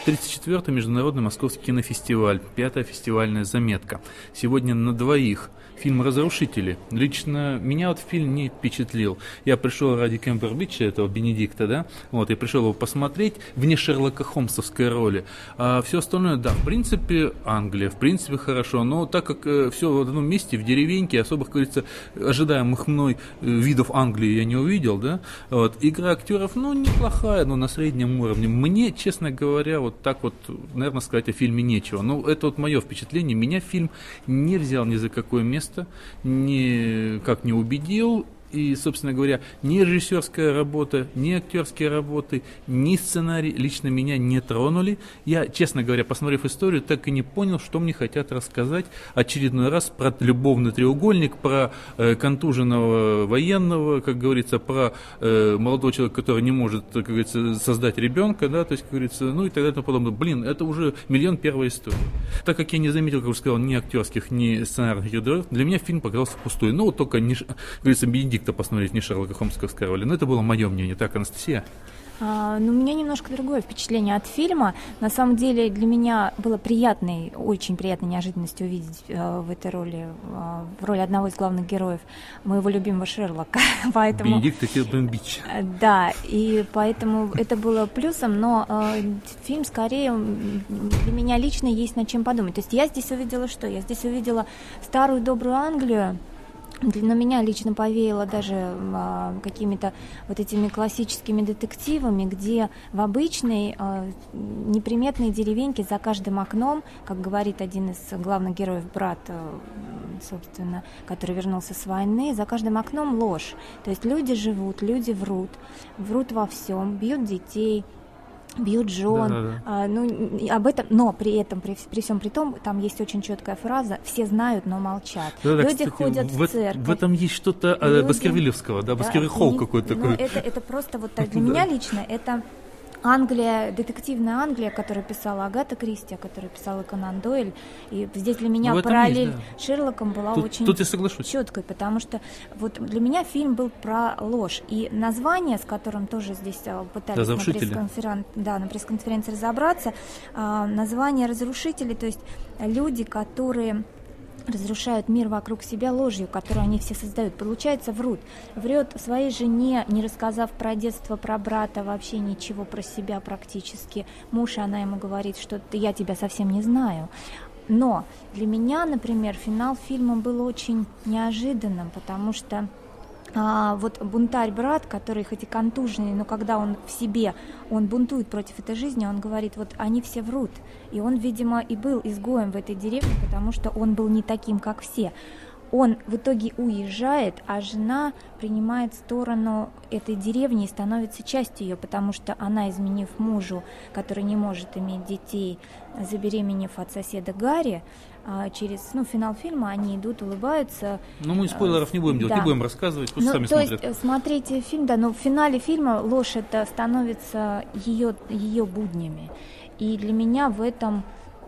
34-й Международный Московский кинофестиваль, 5-я фестивальная заметка. Сегодня на двоих. Фильм «Разрушители». Лично меня вот фильм не впечатлил. Я пришел ради Камбербэтча, этого Бенедикта, да, вот, и пришел его посмотреть вне Шерлока Холмсовской роли. А все остальное, да, в принципе, Англия, в принципе, хорошо, но так как все в одном месте, в деревеньке, особо, как говорится, ожидаемых мной видов Англии я не увидел, да, вот, игра актеров, ну, неплохая, но на среднем уровне. Мне, честно говоря, вот так вот, наверное, сказать о фильме нечего. Но это вот мое впечатление. Меня фильм не взял ни за какое место, никак не убедил. И, собственно говоря, ни режиссерская работа, ни актерские работы, ни сценарий лично меня не тронули. Я, честно говоря, посмотрев историю, так и не понял, что мне хотят рассказать очередной раз про любовный треугольник, про контуженного военного, как говорится, про молодого человека, который не может, как говорится, создать ребенка, да, то есть, как говорится, ну и так далее и тому подобное. Блин, это уже миллион первая история. Так как я не заметил, как уже сказал, ни актерских, ни сценарных героев, для меня фильм показался пустой. Ну, вот только, как говорится, Бенедикт посмотреть, не Шерлока Холмсовской роли. Но это было мое мнение. Так, Анастасия? Ну, у меня немножко другое впечатление от фильма. На самом деле для меня было очень приятной неожиданностью увидеть в этой роли, в роли одного из главных героев моего любимого Шерлока. Поэтому, Бенедикт Камбербэтч. Да, и поэтому это было плюсом, но фильм скорее для меня лично есть над чем подумать. То есть я здесь увидела что? Я здесь увидела старую добрую Англию. На меня лично повеяло даже какими-то вот этими классическими детективами, где в обычной неприметной деревеньке за каждым окном, как говорит один из главных героев, брат, собственно, который вернулся с войны, за каждым окном ложь. То есть люди живут, люди врут во всем, бьют детей, бьют жен, об этом, но при этом, при всем при том, там есть очень четкая фраза: все знают, но молчат. Люди, кстати, ходят в церковь. В этом есть что-то Баскервиллевского, да, Баскервилл какой-то такой. Это просто вот так для меня лично, это Англия, детективная Англия, которую писала Агата Кристи, которую писала Конан Дойль. И здесь для меня параллель с Шерлоком была очень четкой, потому что вот для меня фильм был про ложь. И название, с которым тоже здесь пытались на пресс-конференции разобраться, название «Разрушители», то есть люди, которые разрушают мир вокруг себя ложью, которую они все создают. Получается, врет своей жене, не рассказав про детство, про брата, вообще ничего про себя практически. Муж, и она ему говорит, что я тебя совсем не знаю. Но для меня, например, финал фильма был очень неожиданным, потому что вот бунтарь-брат, который хоть и контуженный, но когда он в себе, он бунтует против этой жизни, он говорит, вот они все врут. И он, видимо, и был изгоем в этой деревне, потому что он был не таким, как все. Он в итоге уезжает, а жена принимает сторону этой деревни и становится частью ее, потому что она, изменив мужу, который не может иметь детей, забеременев от соседа Гарри, через финал фильма они идут, улыбаются. Ну, мы спойлеров не будем делать, не будем рассказывать, пусть сами смотрят. То есть смотрите фильм, да, но в финале фильма ложь это становится ее буднями. И для меня в этом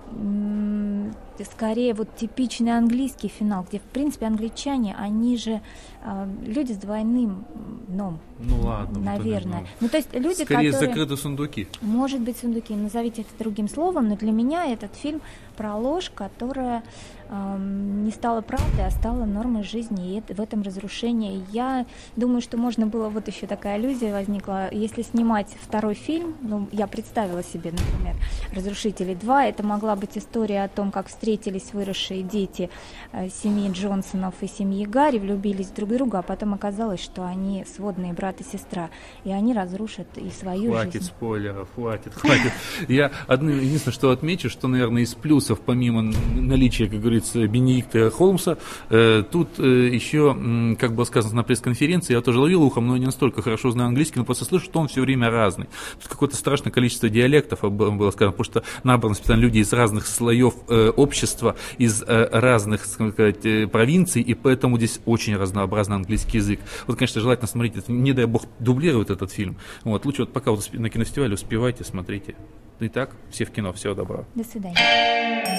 скорее вот типичный английский финал, где, в принципе, англичане, они же люди с двойным дном. Ну ладно. Наверное. То есть люди, скорее которые... закрыты сундуки. Может быть, сундуки, назовите это другим словом, но для меня этот фильм про ложь, которая не стала правдой, а стала нормой жизни, и в этом разрушение. Я думаю, что можно было, вот еще такая аллюзия возникла, если снимать второй фильм, я представила себе, например, «Разрушители 2», это могла быть история о том, как встретились выросшие дети семьи Джонсонов и семьи Гарри, влюбились друг в друга, а потом оказалось, что они сводные брат и сестра, и они разрушат и свою жизнь. Хватит спойлеров, хватит. Я единственное, что отмечу, что, наверное, из плюсов, помимо наличия, как говорится, Бенедикта Холмса, тут еще, как было сказано на пресс-конференции, я тоже ловил ухом, но не настолько хорошо знаю английский, но просто слышу, что он все время разный. Тут какое-то страшное количество диалектов было сказано, потому что набраны специально люди из разных слоев общества, из разных, так сказать, провинций, и поэтому здесь очень разнообразный английский язык. Вот, конечно, желательно смотреть, это, не дай бог, дублировать этот фильм. Вот, лучше вот пока вот на кинофестивале успевайте, смотрите. Итак, все в кино, всего доброго. До свидания.